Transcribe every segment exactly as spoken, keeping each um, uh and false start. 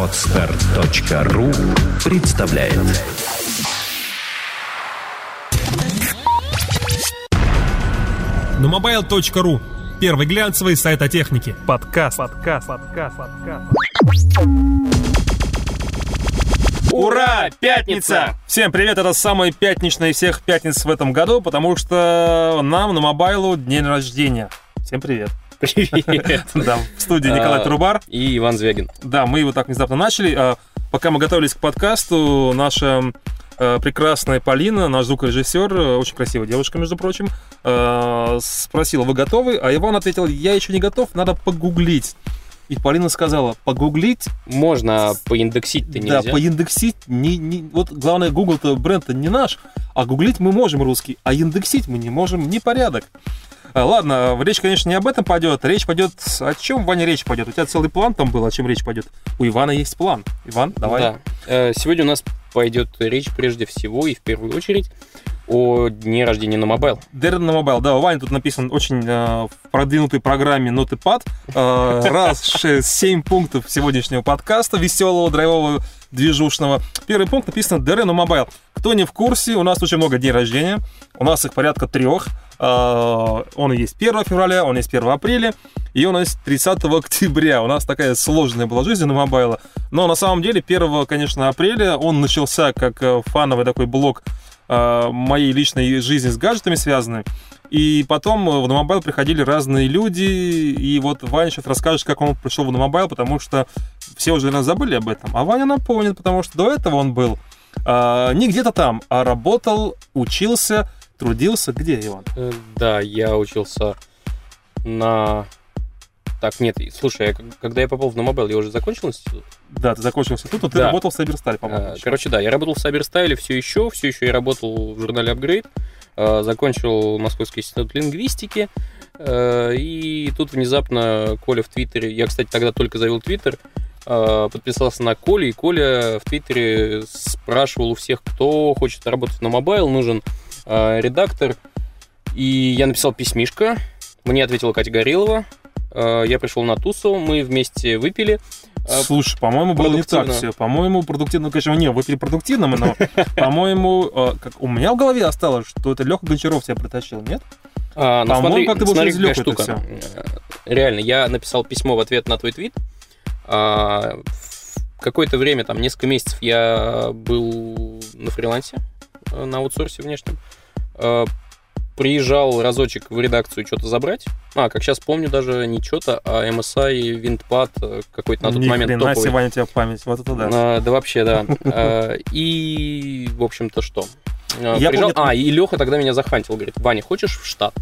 Подстер точка ру представляет. Номобайл точка ру. Первый глянцевый сайт о технике. Подкаст. Подкаст. Подкаст. Подкаст. Ура! Пятница! Всем привет, это самая пятничная из всех пятниц в этом году, потому что нам на Мобайлу день рождения. Всем привет. Привет. Да, в студии Николай Трубар. И Иван Звягин. Да, мы его так внезапно начали. Пока мы готовились к подкасту, наша прекрасная Полина, наш звукорежиссер, очень красивая девушка, между прочим, спросила: вы готовы? А Иван ответил: я еще не готов, надо погуглить. И Полина сказала: погуглить? Можно, поиндексить-то нельзя. Да, поиндексить. Не, не, вот главное, Google-то бренд-то не наш, а гуглить мы можем русский, а индексить мы не можем, непорядок. А, ладно, речь, конечно, не об этом пойдет. Речь пойдет... О чем, Ваня, речь пойдет? У тебя целый план там был, о чем речь пойдет? У Ивана есть план. Иван, давай. Да. Сегодня у нас пойдет речь прежде всего и в первую очередь о дне рождения Номобайл. День на Мобайл, да, у Вани тут написан очень э, в продвинутой программе Notepad. Э, раз, шесть, семь пунктов сегодняшнего подкаста веселого, драйвового, движушного. Первый пункт написан День на Мобайл. Кто не в курсе, у нас очень много дней рождения. У нас их порядка трех. Э, он есть первого февраля, он есть первого апреля, и он есть тридцатого октября. У нас такая сложная была жизнь на Мобайла. Но на самом деле первого, конечно, апреля он начался как фановый такой блок моей личной жизни с гаджетами связаны. И потом в Номобайл приходили разные люди. И вот Ваня сейчас расскажет, как он пришел в Номобайл, потому что все уже, наверное, забыли об этом. А Ваня напомнит, потому что до этого он был а, не где-то там, а работал, учился, трудился. Где, Иван? Да, я учился на... Так, нет, слушай, я, когда я попал в Номобайл, я уже закончил институт? Да, ты закончил институт, но ты да. работал в Cyberstyle, по-моему. А, короче, да, я работал в Cyberstyle все еще, все еще я работал в журнале Upgrade, а, закончил Московский институт лингвистики, а, и тут внезапно Коля в Твиттере, я, кстати, тогда только завел Твиттер, а, подписался на Колю, и Коля в Твиттере спрашивал у всех, кто хочет работать в Номобайл, нужен а, редактор, и я написал письмишко, мне ответила Катя Горелова. Я пришел на тусу, мы вместе выпили. Слушай, по-моему, было не так все. По-моему, продуктивно, конечно, не, выпили продуктивно, но, по-моему, как у меня в голове осталось, что это Леха Гончаров тебя притащил, нет? А, ну, по-моему, смотри, как ты был через Леху штука. Это все. Реально, я написал письмо в ответ на твой твит. А, в какое-то время, там, несколько месяцев я был на фрилансе, на аутсорсе внешнем. Приезжал разочек в редакцию что-то забрать. А, как сейчас помню, даже не что-то, а эм эс ай, Windpad какой-то на тот Ни момент хрена топовый. себе, Ваня, тебя в память. Вот это да. А, да вообще, да. А, и, в общем-то, что? Я Приезжал... помню... А, и Леха тогда меня захантил. Говорит: Ваня, хочешь в штат?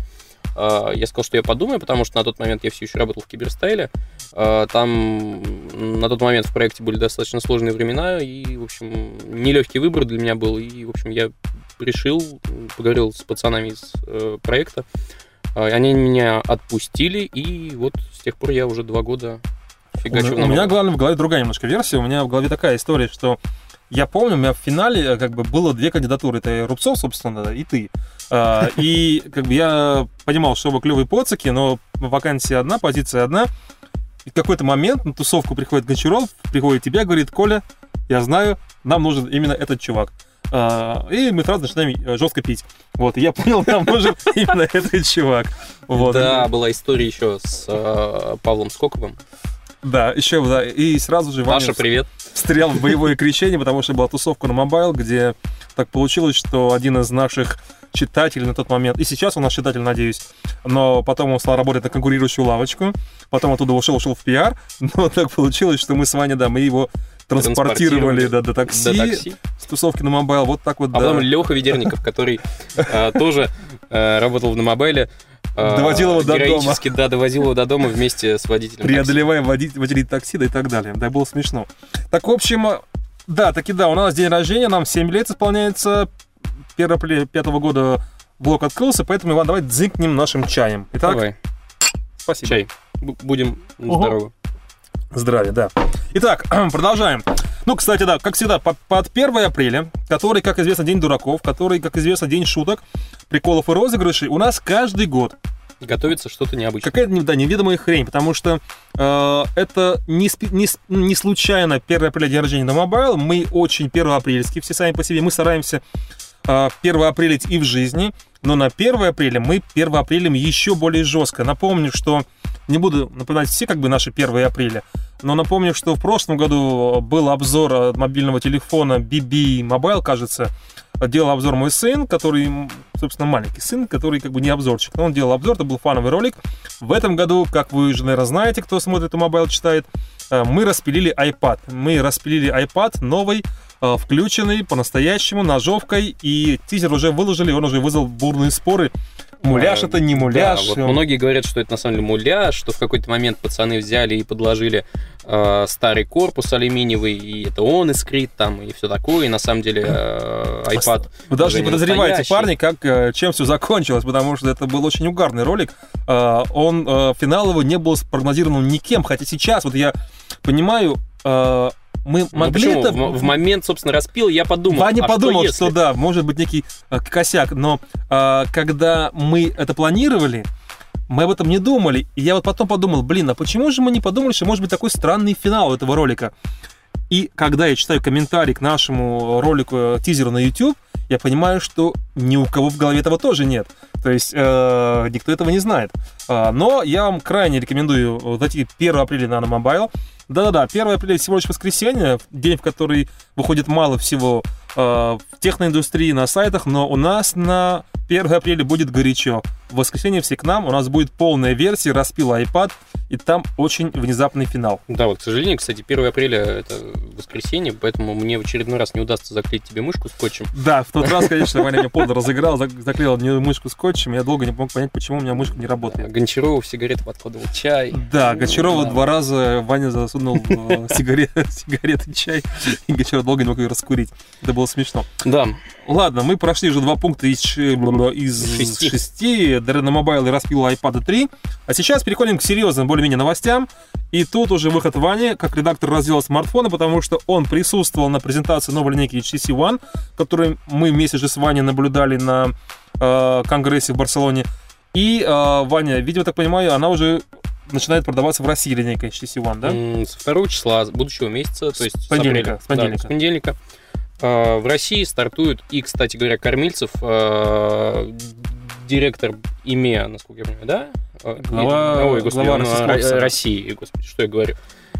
А, я сказал, что я подумаю, потому что на тот момент я все еще работал в Киберстайле. А, там на тот момент в проекте были достаточно сложные времена. И, в общем, нелегкий выбор для меня был. И, в общем, я решил, поговорил с пацанами из э, проекта, э, они меня отпустили, и вот с тех пор я уже два года фигачу. У, у меня, главное, в голове другая немножко версия. У меня в голове такая история, что я помню, у меня в финале как бы было две кандидатуры. Это Рубцов, собственно, и ты. А, и как бы я понимал, что оба клевые поцики, но вакансия одна, позиция одна. И в какой-то момент на тусовку приходит Гончаров, приходит тебя, говорит: Коля, я знаю, нам нужен именно этот чувак. Uh, и мы сразу начинаем жестко пить. Вот, и я понял, нам нужен именно этот чувак. Вот. Да, была история еще с uh, Павлом Скоковым. Да, еще, да, и сразу же Паша, привет. Встрял в боевое крещение, потому что была тусовка на Мобайл, где так получилось, что один из наших читателей на тот момент, и сейчас он наш читатель, надеюсь, но потом он стал работать на конкурирующую лавочку, потом оттуда ушел, ушел в пиар, но так получилось, что мы с Ваней, да, мы его транспортировали, да, до, такси, до такси с тусовки на Мобайл, вот так вот, а да. Потом Леха Ведерников, который тоже работал в Номобайле, довозил его до дома. Героически, да, довозил его до дома вместе с водителем преодолевая водителей такси, да и так далее. Да, было смешно. Так, в общем, да, таки да, у нас день рождения, нам семь лет исполняется, первого апреля пятого года блок открылся, поэтому, Иван, давай дзынькнем нашим чаем. Итак, давай. Спасибо. Чай. Будем здоровы. Здравия, да. Итак, продолжаем. Ну, кстати, да, как всегда, под первого апреля, который, как известно, день дураков, который, как известно, день шуток, приколов и розыгрышей, у нас каждый год Готовится что-то необычное. Какая-то, да, неведомая хрень, потому что э, это не, не, не случайно первое апреля день рождения на Mobile. Мы очень первоапрельские, все сами по себе. Мы стараемся э, первое апреля и в жизни, но на первое апреля мы первое апреля еще более жестко. Напомню, что, не буду напоминать все как бы наши первое апреля, но напомню, что в прошлом году был обзор мобильного телефона би би Mobile, кажется. Делал обзор мой сын, который, собственно, маленький сын, который как бы не обзорчик. Но он делал обзор, это был фановый ролик. В этом году, как вы уже, наверное, знаете, кто смотрит и Mobile читает, мы распилили iPad. Мы распилили iPad новый, включенный по-настоящему, ножовкой. И тизер уже выложили, он уже вызвал бурные споры. Муляж а, это не муляж. Да, вот многие говорят, что это на самом деле муляж, что в какой-то момент пацаны взяли и подложили э, старый корпус алюминиевый, и это он искрит там, и все такое, и на самом деле э, iPad... Вы даже не подозреваете, парни, как, э, чем все закончилось, потому что это был очень угарный ролик. Э, он, э, финал его не был спрогнозирован никем, хотя сейчас, вот я понимаю... Э, Мы могли ну, это... В, в момент, собственно, распил, я подумал, Ваня а подумал, что, что да, может быть некий э, косяк, но э, когда мы это планировали, мы об этом не думали, и я вот потом подумал, блин, а почему же мы не подумали, что может быть такой странный финал этого ролика? И когда я читаю комментарий к нашему ролику, тизеру на YouTube, я понимаю, что ни у кого в голове этого тоже нет. То есть э, никто этого не знает. Э, но я вам крайне рекомендую зайти первого апреля на Mobile. Да-да-да, первое апреля всего лишь воскресенье, день, в который выходит мало всего э, в техноиндустрии, на сайтах, но у нас на первое апреля будет горячо. В воскресенье все к нам, у нас будет полная версия, распил iPad, и там очень внезапный финал. Да, вот, к сожалению, кстати, первое апреля это воскресенье, поэтому мне в очередной раз не удастся заклеить тебе мышку скотчем. Да, в тот раз, конечно, Ваня меня подло разыграл, заклеил мне мышку скотчем, я долго не мог понять, почему у меня мышка не работает. Гончарову в сигареты подкладывал чай. Да, Гончарову два раза Ваня засунул сигареты, чай, и Гончаров долго не мог ее раскурить. Это было смешно. Да. Ладно, мы прошли уже два пункта из, из шести. шести. ДР на Mobile и распил iPad три. А сейчас переходим к серьезным более-менее новостям. И тут уже выход Вани, как редактор раздела смартфона, потому что он присутствовал на презентации новой линейки эйч ти си One, которую мы вместе же с Ваней наблюдали на э, конгрессе в Барселоне. И, э, Ваня, видимо, так понимаю, она уже начинает продаваться в России, линейка эйч ти си One, да? Со второго числа будущего месяца, то есть с понедельника. С понедельника. Да, с понедельника. В России стартуют и, кстати говоря, Кормильцев, директор ИМЕА, насколько я понимаю, да? Глава, Ой, господи, глава он, России, господи, что я говорю.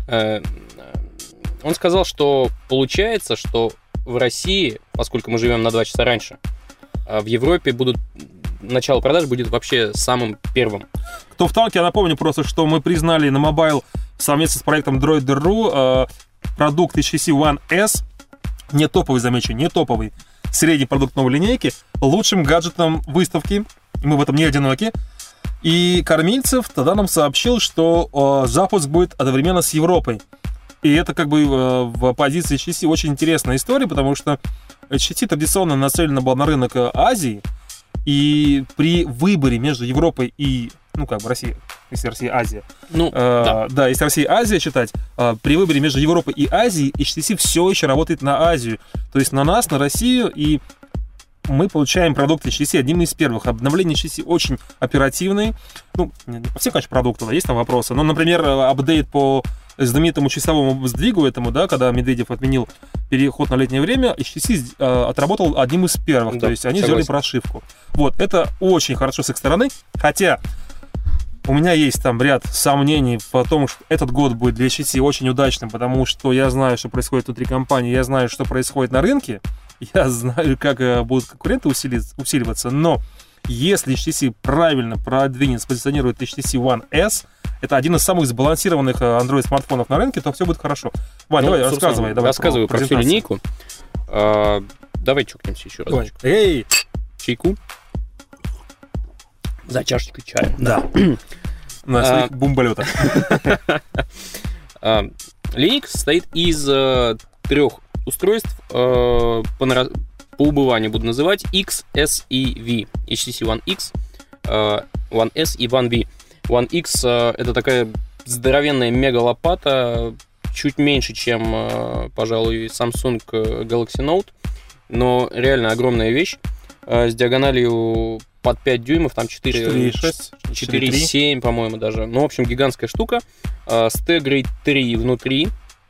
Он сказал, что получается, что в России, поскольку мы живем на два часа раньше, в Европе будут начало продаж будет вообще самым первым. Кто в танке, я напомню просто, что мы признали на Mobile совместно с проектом Droider.ru продукт эйч ти си One эс, не топовый, замечу, не топовый, средний продукт новой линейки, лучшим гаджетом выставки, мы в этом не одиноки. И Кормильцев тогда нам сообщил, что э, запуск будет одновременно с Европой. И это как бы э, в позиции эйч ти си очень интересная история, потому что эйч ти си традиционно нацелена была на рынок Азии, и при выборе между Европой и, ну как бы Россией, если Россия Азия, ну, э, да. да, если Россия Азия считать, э, при выборе между Европой и Азией эйч ти си все еще работает на Азию, то есть на нас, на Россию, и мы получаем продукт эйч ти си одним из первых. Обновление эйч ти си очень оперативный. Ну, не по всем, конечно, продуктам, да, есть там вопросы. Но, например, апдейт по знаменитому часовому сдвигу этому, да, когда Медведев отменил переход на летнее время, эйч ти си э, отработал одним из первых. Да, то есть они согласен. Сделали прошивку. Вот, это очень хорошо с их стороны. Хотя у меня есть там ряд сомнений в том, что этот год будет для эйч ти си очень удачным, потому что я знаю, что происходит внутри компании, я знаю, что происходит на рынке. Я знаю, как будут конкуренты усиливаться, но если эйч ти си правильно продвинет, спозиционирует эйч ти си One эс, это один из самых сбалансированных Android-смартфонов на рынке, то все будет хорошо. Вань, ну, давай, рассказывай. Давай рассказываю про, про всю линейку. А, давай чокнемся еще раз. Эй! Чайку. За чашечкой чая. Да. На своих бомболетах. Линейка состоит из трех устройств, э, по, нара... по убыванию буду называть X, S и V. эйч ти си One X, э, One S и One V. One X э, это такая здоровенная мега-лопата, чуть меньше, чем, э, пожалуй, Samsung Galaxy Note, но реально огромная вещь, э, с диагональю под пять дюймов, там четыре шесть, четыре семь, по-моему, даже. Ну, в общем, гигантская штука. С Tegrate три внутри,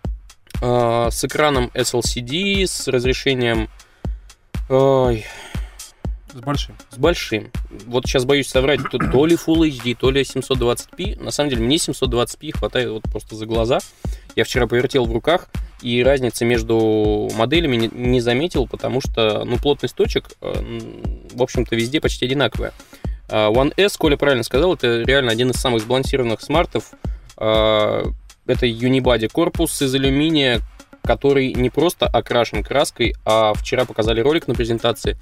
с экраном эс эл си ди, с разрешением... Ой... С большим. С большим. Вот сейчас боюсь соврать, то, то ли Full эйч ди, то ли семьсот двадцать пи. На самом деле, мне семьсот двадцать пи хватает вот просто за глаза. Я вчера повертел в руках, и разницы между моделями не, не заметил, потому что, ну, плотность точек, в общем-то, везде почти одинаковая. One эс, Коля правильно сказал, это реально один из самых сбалансированных смартов. Это unibody корпус из алюминия, который не просто окрашен краской, а вчера показали ролик на презентации,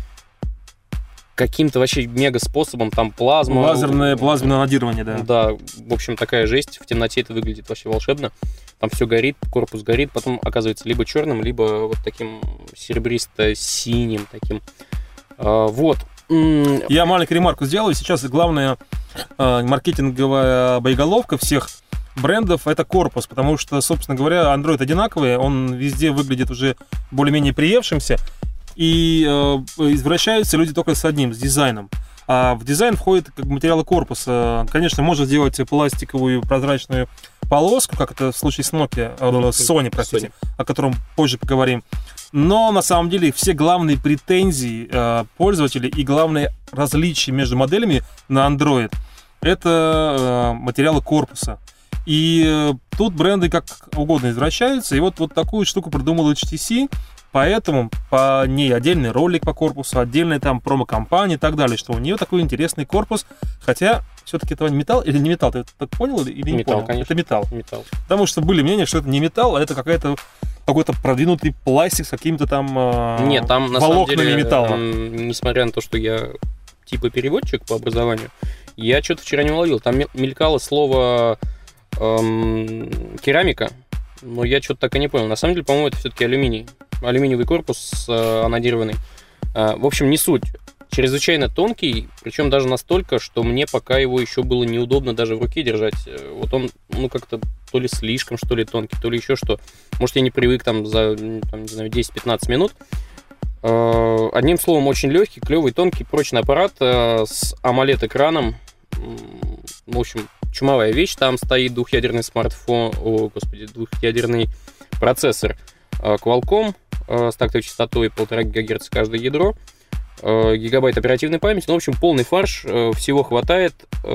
каким-то вообще мега способом, там плазма... Лазерное, плазменное надирование, да. Да, в общем, такая жесть. В темноте это выглядит вообще волшебно. Там все горит, корпус горит, потом оказывается либо черным, либо вот таким серебристо-синим таким. А, вот. Я маленькую ремарку сделаю. Сейчас главная э, маркетинговая боеголовка всех брендов — это корпус, потому что, собственно говоря, Android одинаковый, он везде выглядит уже более-менее приевшимся. И э, извращаются люди только с одним, с дизайном. А в дизайн входит как материалы корпуса. Конечно, можно сделать пластиковую прозрачную полоску, как это в случае с Nokia, э, с Sony, простите, Sony. О котором позже поговорим. Но на самом деле все главные претензии э, пользователей и главные различия между моделями на Android — это э, материалы корпуса. И э, тут бренды как угодно извращаются. И вот, вот такую штуку придумал эйч ти си. Поэтому по ней отдельный ролик по корпусу, отдельная там промо-компания и так далее, что у нее такой интересный корпус. Хотя все-таки это металл или не металл? Ты так понял или не металл, понял? Конечно. Это металл. Металл. Потому что были мнения, что это не металл, а это какая-то какой-то продвинутый пластик с какими-то там Нет, там на волокнами самом деле, металла. Несмотря на то, что я типа переводчик по образованию, я что-то вчера не уловил. Там мелькало слово эм, керамика, но я что-то так и не понял. На самом деле, по-моему, это все-таки алюминий. Алюминиевый корпус э, анодированный. Э, в общем, не суть. Чрезвычайно тонкий, причем даже настолько, что мне пока его еще было неудобно даже в руке держать. Вот он, ну, как-то то ли слишком, что ли, тонкий, то ли еще что. Может, я не привык там за, там, не знаю, десять-пятнадцать минут. Э, одним словом, очень легкий, клевый, тонкий, прочный аппарат э, с AMOLED-экраном. В общем, чумовая вещь. Там стоит двухъядерный смартфон, о, господи, двухъядерный процессор Qualcomm с тактовой частотой полтора гигагерца каждое ядро, гигабайт оперативной памяти. Ну, в общем, полный фарш, всего хватает.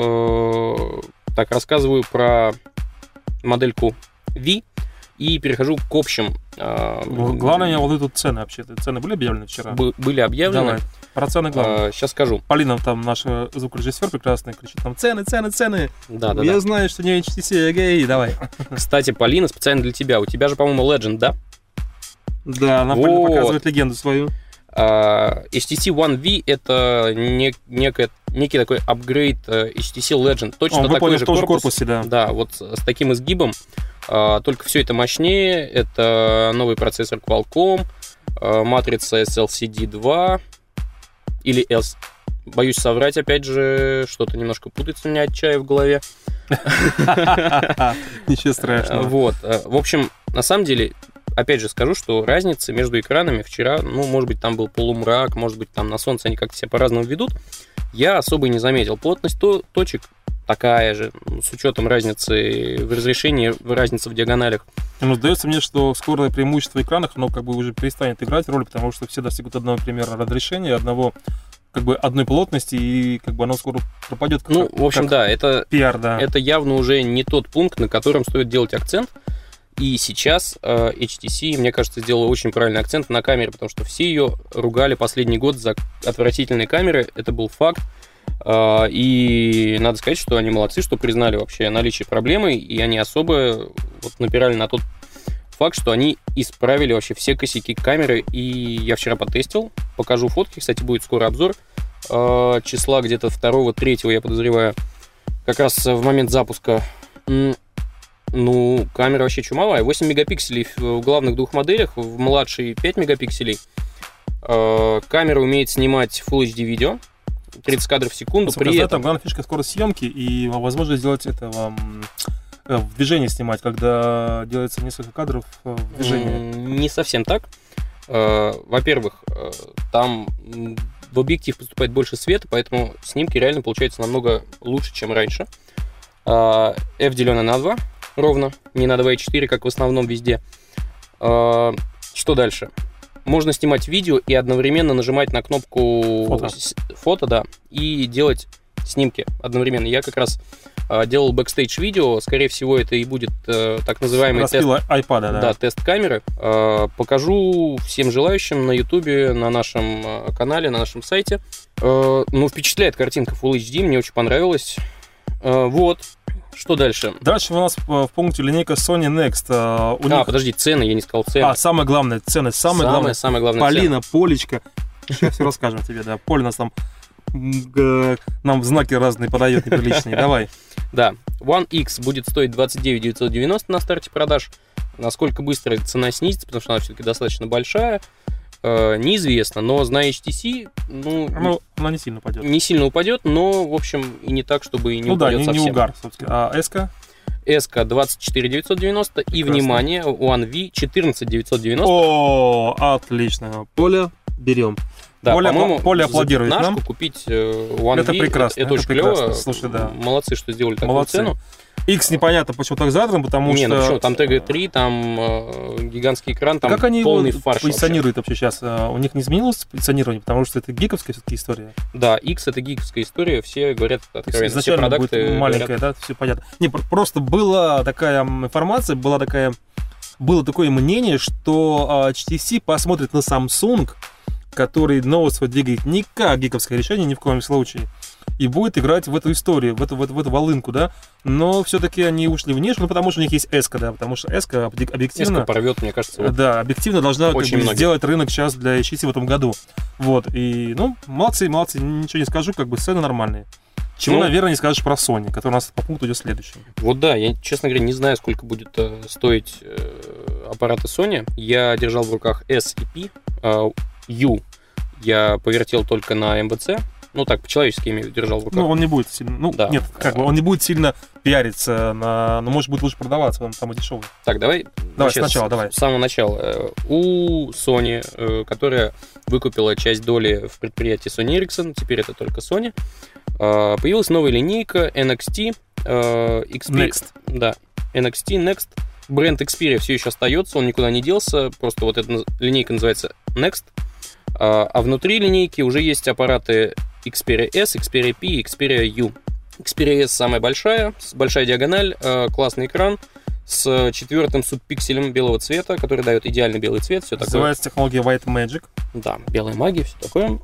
Так, рассказываю про модельку V и перехожу к общим. Главное, меня вот тут цены вообще. Цены были объявлены вчера? Б- были объявлены. Давай, про цены главное. Сейчас скажу. Полина, там наша звукорежиссер прекрасный, кричит там: цены, цены, цены. Да, да, Я да. знаю, что не эйч ти си, эгей, давай. Кстати, Полина, специально для тебя. У тебя же, по-моему, Legend, да? Да, она вот. показывает легенду свою. Uh, эйч ти си One V это не, некое, некий такой апгрейд uh, эйч ти си Legend. Точно Он такой же в том же корпус. корпусе, да. Да, вот с таким изгибом. Uh, только все это мощнее. Это новый процессор Qualcomm, uh, матрица эс эл си ди два или S. Боюсь соврать, опять же, что-то немножко путается у меня от чая в голове. Ничего страшного. Вот. В общем, на самом деле, опять же скажу, что разница между экранами вчера, ну, может быть, там был полумрак, может быть, там на солнце они как-то себя по-разному ведут, я особо и не заметил. Плотность то- точек такая же, с учетом разницы в разрешении, разницы в диагоналях. Ну, сдается мне, что скорое преимущество в экранах, оно как бы уже перестанет играть роль, потому что все достигут одного примера разрешения, одного, как бы, одной плотности, и как бы оно скоро пропадет. Как, ну, в общем, да, это, пиар, да. это явно уже не тот пункт, на котором стоит делать акцент. И сейчас э, эйч ти си, мне кажется, сделала очень правильный акцент на камере, потому что все ее ругали последний год за отвратительные камеры. Это был факт. Э, и надо сказать, что они молодцы, что признали вообще наличие проблемы, и они особо вот напирали на тот факт, что они исправили вообще все косяки камеры. И я вчера потестил, покажу фотки. Кстати, будет скоро обзор. Э, числа где-то второго-третьего, я подозреваю, как раз в момент запуска. Ну, камера вообще чумовая. восемь мегапикселей в главных двух моделях, в младшей пять мегапикселей. Камера умеет снимать Full эйч ди видео, тридцать кадров в секунду. При при этом этом главная фишка скорость съемки и возможность сделать это вам в движении снимать, когда делается несколько кадров в движении. Не совсем так. Во-первых, там в объектив поступает больше света, поэтому снимки реально получаются намного лучше, чем раньше. F деленное на два ровно, не на два и четыре, как в основном везде. Что дальше? Можно снимать видео и одновременно нажимать на кнопку фото, фото да, и делать снимки одновременно. Я как раз э, делал бэкстейдж-видео, скорее всего, это и будет э, так называемый тест, iPad, да. Да, тест камеры. Э, покажу всем желающим на Ютубе, на нашем э, канале, на нашем сайте. Э, ну, впечатляет картинка Full эйч ди, мне очень понравилось. Э, вот. Что дальше? Дальше у нас в пункте линейка Sony Next. Uh, у а, них... подожди, цены, я не сказал цены. А, самое главное, цены. Самое, самое главное, самое главное Полина, цены. Полечка. Сейчас все расскажем тебе, да. Поля нас там нам знаки разные подает неприличные. Давай. Да, One X будет стоить двадцать девять тысяч девятьсот девяносто на старте продаж. Насколько быстро цена снизится, потому что она все-таки достаточно большая, э, неизвестно. Но зная эйч ти си, ну, ну, она не сильно упадет. Не сильно упадет, но, в общем, и не так, чтобы и не ну, упадет да, не, совсем. не угар, собственно. А S-ка? S-ка двадцать четыре тысячи девятьсот девяносто. И, внимание, One V четырнадцать тысяч девятьсот девяносто. О, отлично. Поля берем. Да, Поля, по-моему, Поля аплодирует за нам. Купить One это V, прекрасно, это, это, это очень прекрасно. клево. Слушай, да. Молодцы, что сделали такую Молодцы. цену. X непонятно, почему так задран, потому не, что... Не, ну почему, там Ти джи три, там э, гигантский экран, там как они полный его фарш позиционируют вообще. вообще сейчас? У них не изменилось позиционирование, потому что это гиковская все-таки история. Да, X это гиковская история, все говорят откровенно. Изначально все продукты будет маленькая, говорят... да, все понятно. Не, просто была такая информация, была такая, было такое мнение, что эйч ти си посмотрит на Samsung, который новость двигает не как гиковское решение, ни в коем случае, и будет играть в эту историю, в эту, в эту, в эту волынку, да, но все-таки они ушли в нишу, ну, потому что у них есть S-ка, да, потому что S-ка объективно... S-ка порвет, мне кажется. Вот да, объективно должна как бы, многих. сделать рынок сейчас для эйч ти си в этом году. Вот, и, ну, молодцы, молодцы, ничего не скажу, как бы цены нормальные. Чего, ну, наверное, не скажешь про Sony, который у нас по пункту идет следующий. Вот да, я, честно говоря, не знаю, сколько будет э, стоить э, аппараты Sony. Я держал в руках S и P, э, U я повертел только на эм вэ цэ. Ну так, по-человечески имею держал в руках. Ну, он не будет сильно... Ну, да. Нет, как бы он не будет сильно пиариться, на, но может быть лучше продаваться, он самый дешевый. Так, давай... Давай сначала, с, давай. С самого начала. У Sony, которая выкупила часть доли в предприятии Sony Ericsson, теперь это только Sony, появилась новая линейка эн экс ти. Xperia, Next. Да, эн экс ти Next. Бренд Xperia все еще остается, он никуда не делся, просто вот эта линейка называется Next. А внутри линейки уже есть аппараты Xperia S, Xperia P и Xperia U. Xperia S самая большая, большая диагональ, классный экран с четвертым субпикселем белого цвета, который дает идеальный белый цвет. Все Называется такое. технология White Magic. Да, белая магия, все такое.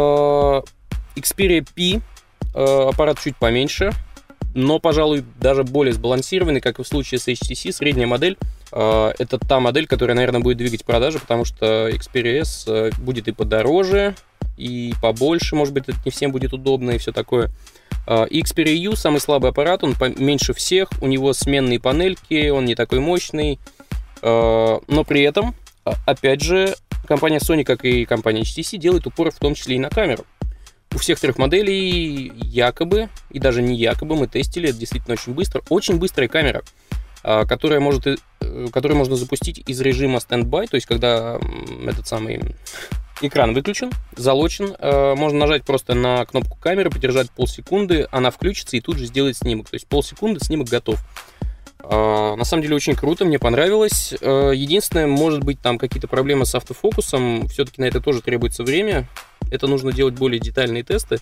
Xperia P аппарат чуть поменьше, но, пожалуй, даже более сбалансированный, как и в случае с эйч ти си. Средняя модель — это та модель, которая, наверное, будет двигать продажи, потому что Xperia S будет и подороже, и побольше, может быть, это не всем будет удобно, и все такое. И Xperia U — самый слабый аппарат, он меньше всех, у него сменные панельки, он не такой мощный, но при этом, опять же, компания Sony, как и компания эйч ти си, делает упор в том числе и на камеру. У всех трех моделей якобы, и даже не якобы, мы тестили, это действительно очень быстро, очень быстрая камера, которая может, которую можно запустить из режима стендбай, то есть когда этот самый экран выключен, залочен, можно нажать просто на кнопку камеры, подержать полсекунды, она включится и тут же сделает снимок, то есть полсекунды, снимок готов. На самом деле очень круто, мне понравилось. Единственное, может быть, там какие-то проблемы с автофокусом, все-таки на это тоже требуется время. Это нужно делать более детальные тесты.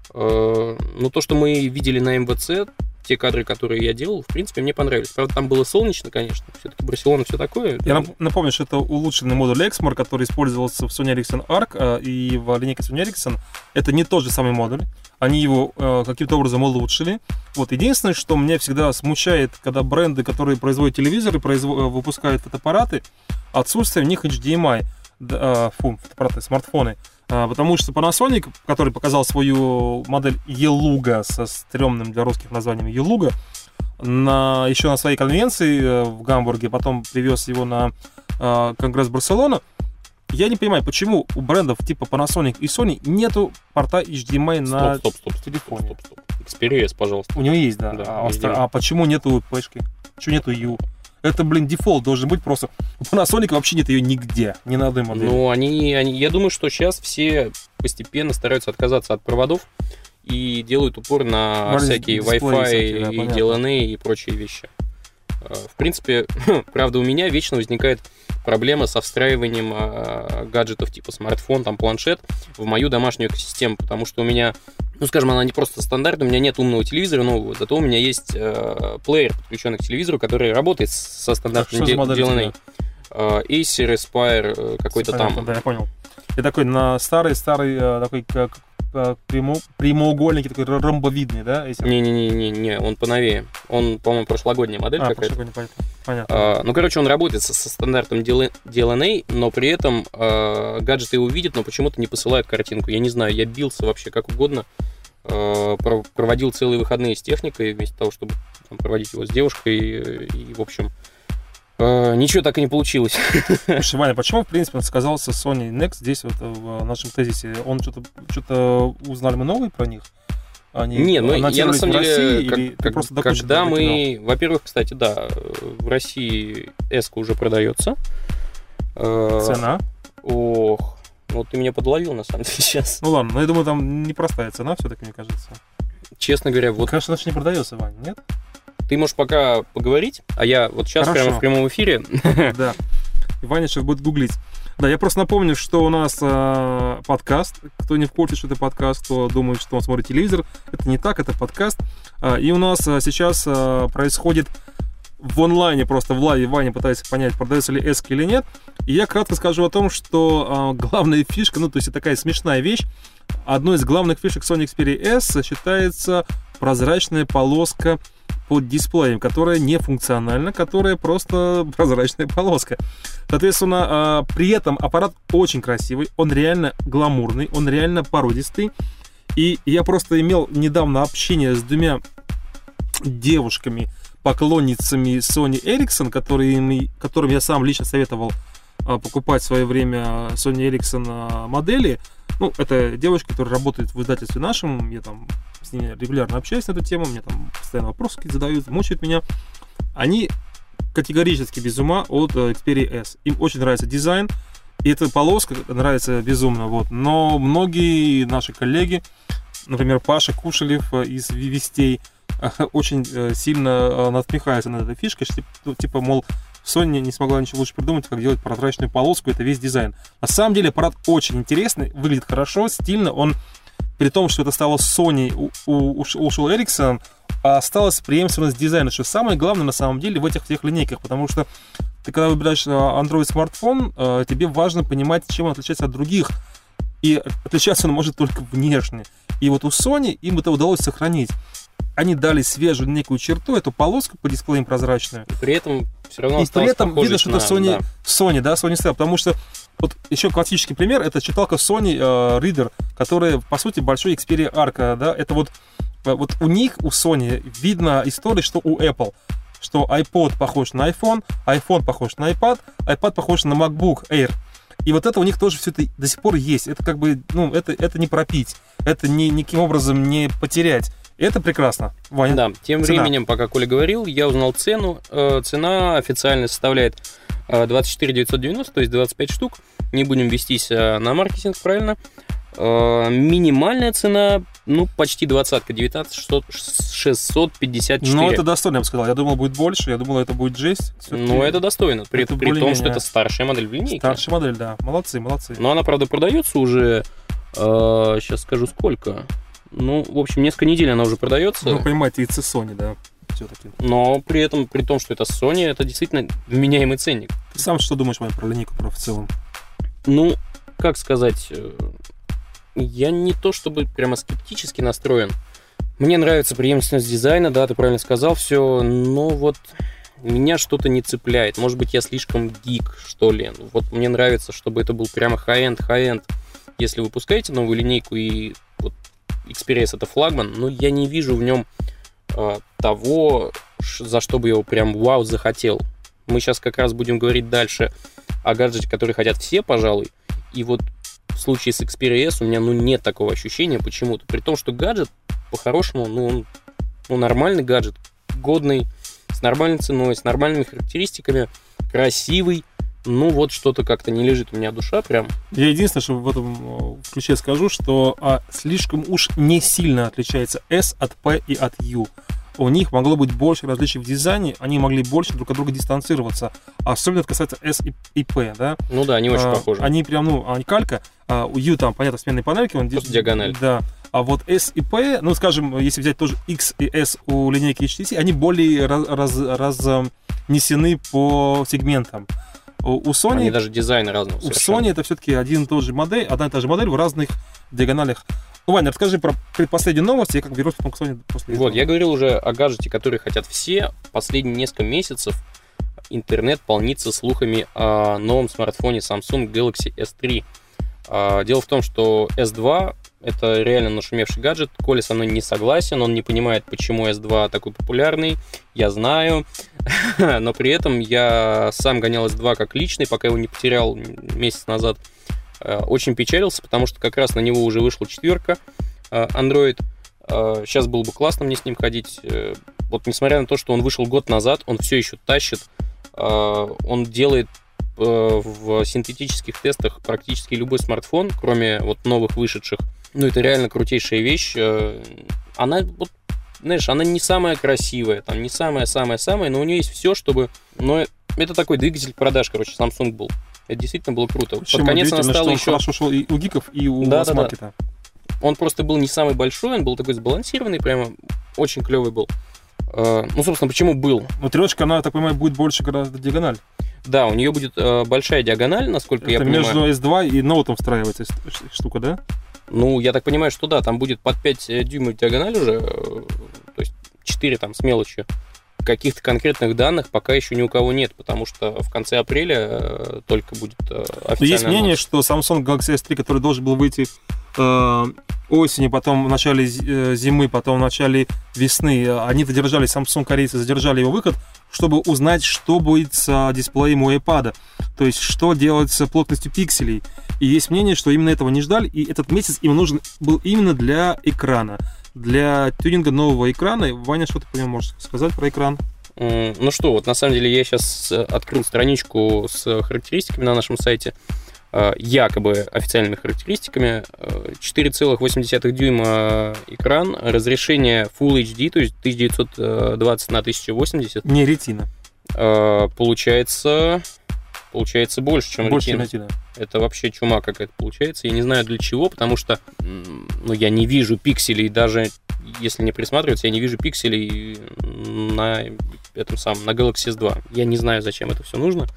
Но то, что мы видели на эм вэ цэ, те кадры, которые я делал, в принципе, мне понравились. Правда, там было солнечно, конечно. Все-таки Барселона, все такое. Я напомню, что это улучшенный модуль Exmor, который использовался в Sony Ericsson Arc и в линейке Sony Ericsson. Это не тот же самый модуль. Они его э, каким-то образом улучшили. Вот. Единственное, что меня всегда смущает, когда бренды, которые производят телевизоры, производ... выпускают фотоаппараты, отсутствие в них эйч ди эм ай. Э, фу, фотоаппараты, смартфоны. Э, потому что Panasonic, который показал свою модель Елуга со стрёмным для русских названием Елуга, на, еще на своей конвенции э, в Гамбурге, потом привез его на э, Конгресс Барселона. Я не понимаю, почему у брендов типа Panasonic и Sony нету порта эйч ди эм ай на стоп, стоп, стоп, телефоне. Стоп, стоп, стоп. Xperia S, пожалуйста. У него есть, да. да а, а почему нету флешки? Почему нету U? Это, блин, дефолт должен быть просто. У Panasonic вообще нет ее нигде, ни на одной модели. Ну, они, они, я думаю, что сейчас все постепенно стараются отказаться от проводов и делают упор на Маленькие всякие дисплеи Wi-Fi всякие, да, и понятно. ди эл эн эй и прочие вещи. В принципе, правда, у меня вечно возникает проблема со встраиванием э, гаджетов типа смартфон, там, планшет в мою домашнюю экосистему, потому что у меня, ну, скажем, она не просто стандартная, у меня нет умного телевизора нового, зато у меня есть э, плеер, подключенный к телевизору, который работает со стандартным ди эл эн эй. Э, Acer, Aspire, э, какой-то Понятно, там. Да, я понял. И такой на старый-старый э, такой как Прямо, прямоугольники, такой ромбовидный, да? Не-не-не, он поновее. Он, по-моему, прошлогодняя модель а, какая-то. Понятно. понятно. А, ну, короче, он работает со, со стандартом ди эл эн эй, но при этом а, гаджеты его видят, но почему-то не посылают картинку. Я не знаю, я бился вообще как угодно. А, проводил целые выходные с техникой, вместо того, чтобы там, проводить его с девушкой. И, и в общем, а, ничего так и не получилось. Слушай, Ваня, почему, в принципе, сказался Sony Next здесь, вот, в нашем тезисе? Он что-то, что-то узнали мы новые про них? Они не, ну я на самом деле, России, как, или как, просто когда мы, во-первых, кстати, да, в России S-ка уже продается. Цена? Ох, вот ты меня подловил, на самом деле, сейчас. Ну ладно, но я думаю, там непростая цена все-таки, мне кажется. Честно говоря, вот... Конечно, значит, не продается, Ваня, нет? Ты можешь пока поговорить, а я вот сейчас Хорошо. прямо в прямом эфире. Да. И Ваня сейчас будет гуглить. Да, я просто напомню, что у нас э, подкаст. Кто не в курсе, что это подкаст, кто думает, что он смотрит телевизор, это не так, это подкаст. Э, и у нас э, сейчас э, происходит в онлайне, просто в лайве. Ваня пытается понять, продается ли S или нет. И я кратко скажу о том, что э, главная фишка, ну, то есть это такая смешная вещь. Одной из главных фишек Sony Xperia S считается прозрачная полоска под дисплеем, которая не функциональна, которая просто прозрачная полоска. Соответственно, при этом аппарат очень красивый, он реально гламурный, он реально породистый. И я просто имел недавно общение с двумя девушками, поклонницами Sony Ericsson, которые, которым я сам лично советовал покупать в свое время Sony Ericsson модели. Ну, это девочка, которая работает в издательстве нашем, я там с ними регулярно общаюсь на эту тему, мне там постоянно вопросы какие-то задают, мучают меня. Они категорически без ума от Xperia S. Им очень нравится дизайн, и эта полоска нравится безумно, вот. Но многие наши коллеги, например, Паша Кушелев из Вестей, очень сильно насмехаются над этой фишкой, типа, мол, Sony не смогла ничего лучше придумать, как делать прозрачную полоску, это весь дизайн. На самом деле аппарат очень интересный, выглядит хорошо, стильно, он, при том, что это стало Sony, у, у, ушел Ericsson, а осталась преемственность дизайна, что самое главное на самом деле в этих всех линейках, потому что ты когда выбираешь Android смартфон, тебе важно понимать, чем он отличается от других, и отличаться он может только внешне. И вот у Sony им это удалось сохранить. Они дали свежую некую черту, эту полоску по дисплеям прозрачную. И при этом все равно И при этом видно, что на, это Sony, да. Sony, да, Sony Style, потому что вот еще классический пример, это читалка Sony э, Reader, которая, по сути, большой Xperia Arc, да, это вот, вот у них, у Sony, видно история, что у Apple, что iPod похож на iPhone, iPhone похож на iPad, iPad похож на MacBook Air. И вот это у них тоже все это до сих пор есть. Это как бы, ну, это, это не пропить, это ни, никаким образом не потерять. Это прекрасно, Ваня. Да, тем цена. временем, пока Коля говорил, я узнал цену. Э, цена официально составляет э, двадцать четыре тысячи девятьсот девяносто, то есть двадцать пять штук. Не будем вестись э, на маркетинг, правильно. Э, минимальная цена, ну, почти двадцатка, девятнадцать тысяч шестьсот пятьдесят четыре. Ну, это достойно, я бы сказал. Я думал, будет больше, я думал, это будет жесть. Все-таки ну, это достойно, при, это при том, что это старшая модель в линейке. Старшая модель, да. Молодцы, молодцы. Но она, правда, продается уже, э, сейчас скажу, сколько. Ну, в общем, несколько недель она уже продается. Ну, понимаете, и Sony, да, все-таки. Но при этом, при том, что это Sony, это действительно вменяемый ценник. Ты сам что думаешь, Ваня, про линейку, про в целом? Ну, как сказать, я не то чтобы прямо скептически настроен. Мне нравится преемственность дизайна, да, ты правильно сказал все, но вот меня что-то не цепляет. Может быть, я слишком гик, что ли. Вот мне нравится, чтобы это был прямо хай-энд, хай-энд. Если вы выпускаете новую линейку и вот Xperia S это флагман, но я не вижу в нем э, того, за что бы я его прям вау захотел. Мы сейчас как раз будем говорить дальше о гаджете, который хотят все, пожалуй. И вот в случае с Xperia S у меня ну, нет такого ощущения почему-то. При том, что гаджет, по-хорошему, ну, он ну, нормальный гаджет, годный, с нормальной ценой, с нормальными характеристиками, красивый. Ну, вот что-то как-то не лежит у меня душа прям. Я единственное, что в этом ключе скажу, что а, слишком уж не сильно отличается S от P и от U. У них могло быть больше различий в дизайне, они могли больше друг от друга дистанцироваться. Особенно это касается S и, и P, да? Ну да, они очень а, похожи. Они прям, ну, они калька, а у U там, понятно, сменные панельки. Он просто диагональ. Да. А вот S и P, ну, скажем, если взять тоже X и S у линейки эйч ти си, они более раз, раз, разнесены по сегментам. У Sony, они даже дизайн разного у Sony это все-таки один и тот же модель, одна и та же модель в разных диагоналях. Ну, Ваня, расскажи про предпоследнюю новость, я как вернусь потом к Sony после этого. Вот, я говорил уже о гаджете, который хотят все. Последние несколько месяцев интернет полнится слухами о новом смартфоне Samsung Galaxy эс три. Дело в том, что эс два это реально нашумевший гаджет. Коля со мной не согласен, он не понимает, почему эс два такой популярный. Я знаю, но при этом я сам гонял эс два как личный, пока его не потерял месяц назад. Очень печалился, потому что как раз на него уже вышла четверка Android. Сейчас было бы классно мне с ним ходить. Вот несмотря на то, что он вышел год назад, он все еще тащит. Он делает в синтетических тестах практически любой смартфон, кроме вот новых вышедших. Ну, это реально крутейшая вещь. Она, вот, знаешь, она не самая красивая, там не самая-самая-самая, но у нее есть все, чтобы... Но это такой двигатель продаж, короче, Samsung был. Это действительно было круто. Чем Под конец она стала еще... хорошо шел и у гиков, и у да, масс-маркета. Да, да. Он просто был не самый большой, он был такой сбалансированный, прямо очень клевый был. Ну, собственно, почему был? Ну, трешка, она, я так понимаю, будет больше гораздо диагональ. Да, у нее будет э, большая диагональ, насколько это я понимаю. Между эс два и Note встраивается штука, да? Ну, я так понимаю, что да, там будет под пять дюймов диагональ уже, э, то есть четыре там с мелочью. Каких-то конкретных данных пока еще ни у кого нет, потому что в конце апреля э, только будет э, официально. Есть мнение, что Samsung Galaxy эс три, который должен был выйти э, осенью, потом в начале зимы, потом в начале весны, они задержали, Samsung корейцы задержали его выход, чтобы узнать, что будет с дисплеем у iPad, то есть что делать с плотностью пикселей. И есть мнение, что именно этого не ждали, и этот месяц им нужен был именно для экрана, для тюнинга нового экрана. Ваня, что ты по нему можешь сказать про экран? Ну что, вот на самом деле я сейчас открыл страничку с характеристиками на нашем сайте, якобы официальными характеристиками. четыре целых восемь десятых дюйма экран, разрешение Full эйч ди, то есть тысяча девятьсот двадцать на тысяча восемьдесят. Не ретина. Получается, получается больше, чем больше ретина. ретина. Это вообще чума какая-то получается. Я не знаю для чего, потому что ну, я не вижу пикселей, даже если не присматриваться, я не вижу пикселей на этом самом, на Galaxy эс два. Я не знаю, зачем это все нужно,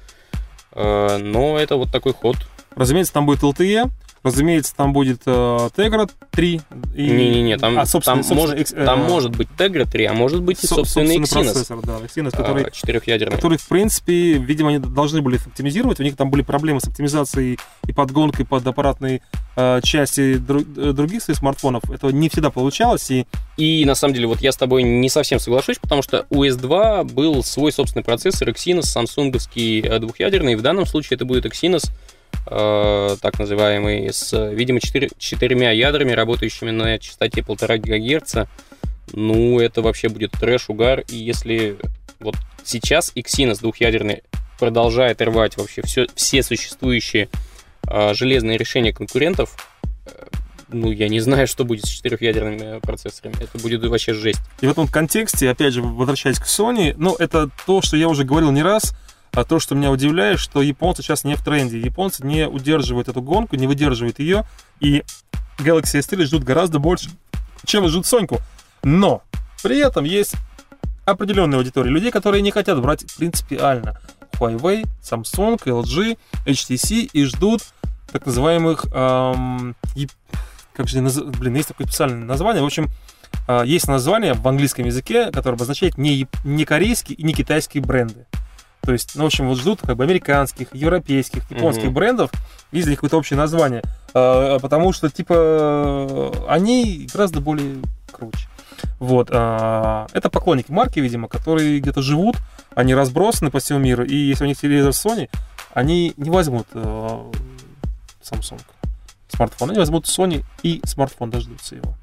но это вот такой ход. Разумеется, там будет эл ти и, разумеется, там будет э, Tegra три. И... Не-не-не, там, а, там, может, э... там может быть Tegra три, а может быть и Со- собственный собственный Exynos. Процессор, да, Exynos, который, а, четырехъядерный. который, в принципе, видимо, они должны были оптимизировать. У них там были проблемы с оптимизацией и подгонкой под аппаратные э, части дру- других своих смартфонов. Это не всегда получалось. И... и на самом деле, вот я с тобой не совсем соглашусь, потому что у эс два был свой собственный процессор Exynos, самсунговский двухъядерный. И в данном случае это будет Exynos, так называемый, с, видимо, четыре, четырьмя ядрами, работающими на частоте полтора гигагерца. Ну, это вообще будет трэш, угар. И если вот сейчас Exynos двухъядерный продолжает рвать вообще все, все существующие а, железные решения конкурентов, ну, я не знаю, что будет с четырехъядерными процессорами. Это будет вообще жесть. И в этом контексте, опять же, возвращаясь к Sony, ну, это то, что я уже говорил не раз. А то, что меня удивляет, что японцы сейчас не в тренде. Японцы не удерживают эту гонку, не выдерживают ее. И Galaxy эс три ждут гораздо больше, чем ждут Соньку. Но при этом есть определенная аудитория людей, которые не хотят брать принципиально Huawei, Samsung, эл джи, эйч ти си и ждут так называемых... Эм, как же, блин, есть такое специальное название. В общем, э, есть название в английском языке, которое обозначает не, не корейские и не китайские бренды. То есть, ну, в общем, вот ждут как бы американских, европейских, японских mm-hmm. брендов, есть для них какое-то общее название, э, потому что, типа, они гораздо более круче. Вот. Э, это поклонники марки, видимо, которые где-то живут, они разбросаны по всему миру, и если у них телевизор Sony, они не возьмут э, Samsung смартфон, они возьмут Sony и смартфон, дождутся его.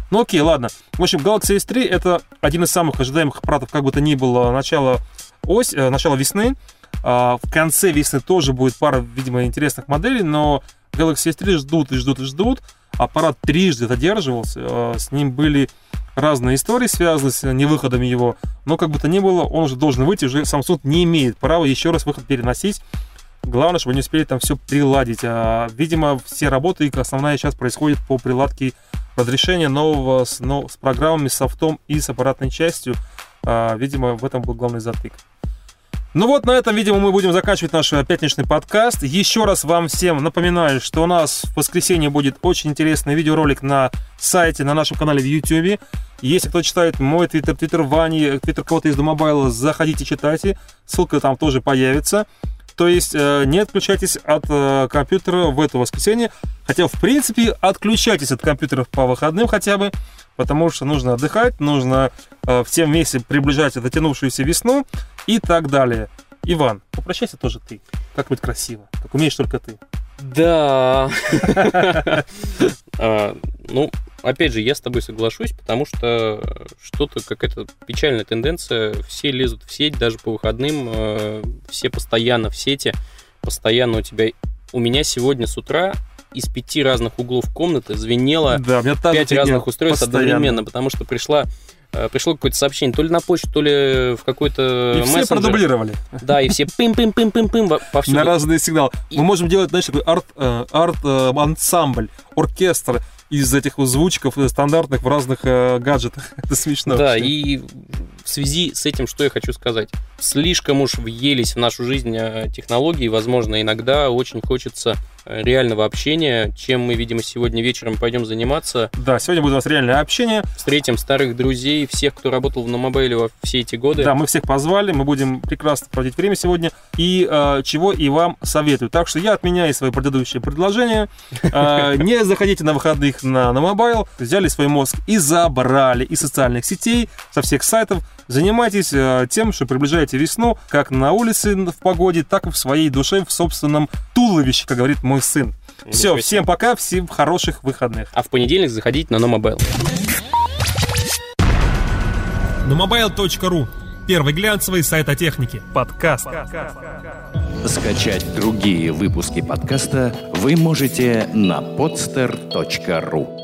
Ну окей, ладно. В общем, Galaxy эс три — это один из самых ожидаемых аппаратов, как бы то ни было, начало, ось, начало весны. В конце весны тоже будет пара, видимо, интересных моделей, но Galaxy эс три ждут и ждут и ждут. Аппарат трижды задерживался, с ним были разные истории, связанные с невыходами его, но как бы то ни было, он уже должен выйти, уже Samsung не имеет права еще раз выход переносить. Главное, чтобы они успели там все приладить. А, видимо, все работы, основная сейчас происходит по приладке разрешения нового с, но, с программами, с софтом и с аппаратной частью. А, видимо, в этом был главный затык. Ну вот, на этом, видимо, мы будем заканчивать наш пятничный подкаст. Еще раз вам всем напоминаю, что у нас в воскресенье будет очень интересный видеоролик на сайте, на нашем канале в YouTube. Если кто читает мой твиттер, твиттер Вани, твиттер кого-то из Домобайла, заходите, читайте. Ссылка там тоже появится. То есть э, не отключайтесь от э, компьютера в это воскресенье. Хотя, в принципе, отключайтесь от компьютеров по выходным хотя бы. Потому что нужно отдыхать, нужно э, все вместе приближать дотянувшуюся весну и так далее. Иван, попрощайся тоже ты. Как-нибудь красиво. Как умеешь только ты. Да. Ну, опять же, я с тобой соглашусь, потому что что-то, какая-то печальная тенденция. Все лезут в сеть, даже по выходным. Все постоянно в сети. Постоянно у тебя... У меня сегодня с утра из пяти разных углов комнаты звенело да, пять разных устройств постоянно. Одновременно, потому что пришла, пришло какое-то сообщение то ли на почту, то ли в какой-то и мессенджер. Все продублировали. Да, и все пым-пым-пым-пым-пым повсюду. На разные сигналы. И... Мы можем делать, знаешь, такой арт, э, арт-ансамбль, оркестр из этих звучков стандартных в разных э, гаджетах. Это смешно. Да, вообще. И в связи с этим, что я хочу сказать. Слишком уж въелись в нашу жизнь технологии. Возможно, иногда очень хочется реального общения, чем мы, видимо, сегодня вечером пойдем заниматься. Да, сегодня будет у нас реальное общение. Встретим старых друзей, всех, кто работал в Номобайле во все эти годы. Да, мы всех позвали, мы будем прекрасно проводить время сегодня. И э, чего и вам советую. Так что я отменяю свои предыдущие предложения. Э, не заходите на выходных на Номобайл. Взяли свой мозг и забрали из социальных сетей, со всех сайтов. Занимайтесь э, тем, что приближаете весну, как на улице в погоде, так и в своей душе, в собственном туловище, как говорит мой сын. Ну, все, всем пока, всем хороших выходных. А в понедельник заходите на Номобайл. номобайл точка ру. Первый глянцевый сайт о технике. Подкаст. Скачать другие выпуски подкаста вы можете на podster точка ру.